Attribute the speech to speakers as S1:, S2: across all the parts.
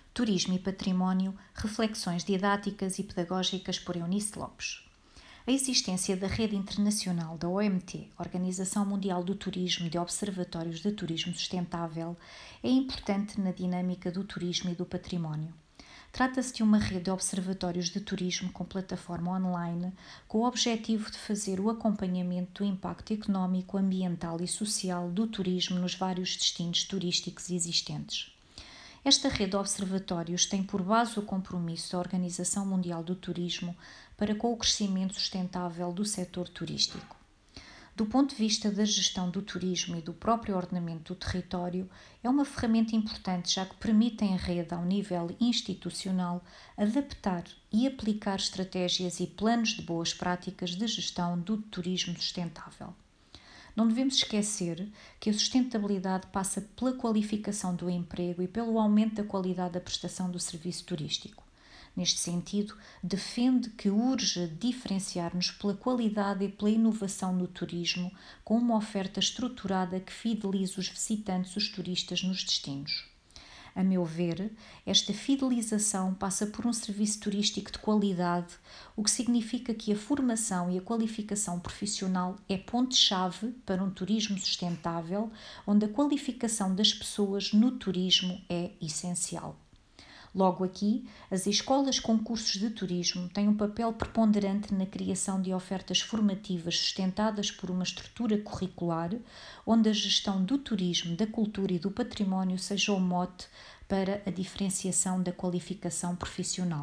S1: Turismo e Património, reflexões didáticas e pedagógicas por Eunice Lopes. A existência da rede internacional da OMT, Organização Mundial do Turismo, de Observatórios de Turismo Sustentável, é importante na dinâmica do turismo e do património. Trata-se de uma rede de observatórios de turismo com plataforma online, com o objetivo de fazer o acompanhamento do impacto económico, ambiental e social do turismo nos vários destinos turísticos existentes. Esta rede de observatórios tem por base o compromisso da Organização Mundial do Turismo para com o crescimento sustentável do setor turístico. Do ponto de vista da gestão do turismo e do próprio ordenamento do território, é uma ferramenta importante, já que permite em rede, ao nível institucional, adaptar e aplicar estratégias e planos de boas práticas de gestão do turismo sustentável. Não devemos esquecer que a sustentabilidade passa pela qualificação do emprego e pelo aumento da qualidade da prestação do serviço turístico. Neste sentido, defende que urge diferenciar-nos pela qualidade e pela inovação no turismo, com uma oferta estruturada que fidelize os visitantes, os turistas, nos destinos. A meu ver, esta fidelização passa por um serviço turístico de qualidade, o que significa que a formação e a qualificação profissional é ponto-chave para um turismo sustentável, onde a qualificação das pessoas no turismo é essencial. Logo aqui, as escolas com cursos de turismo têm um papel preponderante na criação de ofertas formativas sustentadas por uma estrutura curricular, onde a gestão do turismo, da cultura e do património seja o mote para a diferenciação da qualificação profissional.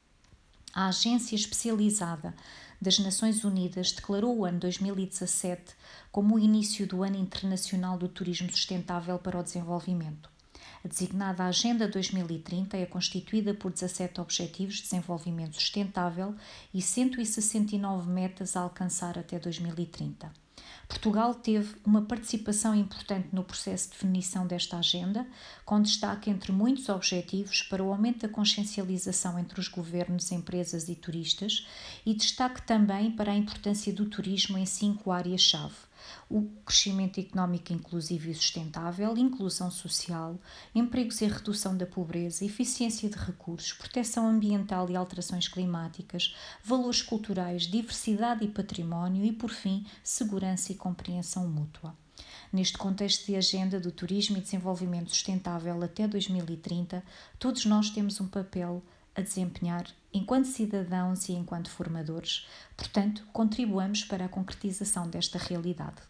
S1: A Agência Especializada das Nações Unidas declarou o ano 2017 como o início do Ano Internacional do Turismo Sustentável para o Desenvolvimento. A designada Agenda 2030 é constituída por 17 Objetivos de Desenvolvimento Sustentável e 169 metas a alcançar até 2030. Portugal teve uma participação importante no processo de definição desta agenda, com destaque entre muitos objetivos para o aumento da consciencialização entre os governos, empresas e turistas, e destaque também para a importância do turismo em 5 áreas-chave: o crescimento económico inclusivo e sustentável, inclusão social, empregos e redução da pobreza, eficiência de recursos, proteção ambiental e alterações climáticas, valores culturais, diversidade e património e, por fim, segurança e compreensão mútua. Neste contexto de agenda do turismo e desenvolvimento sustentável até 2030, todos nós temos um papel a desempenhar enquanto cidadãos e enquanto formadores. Portanto, contribuamos para a concretização desta realidade.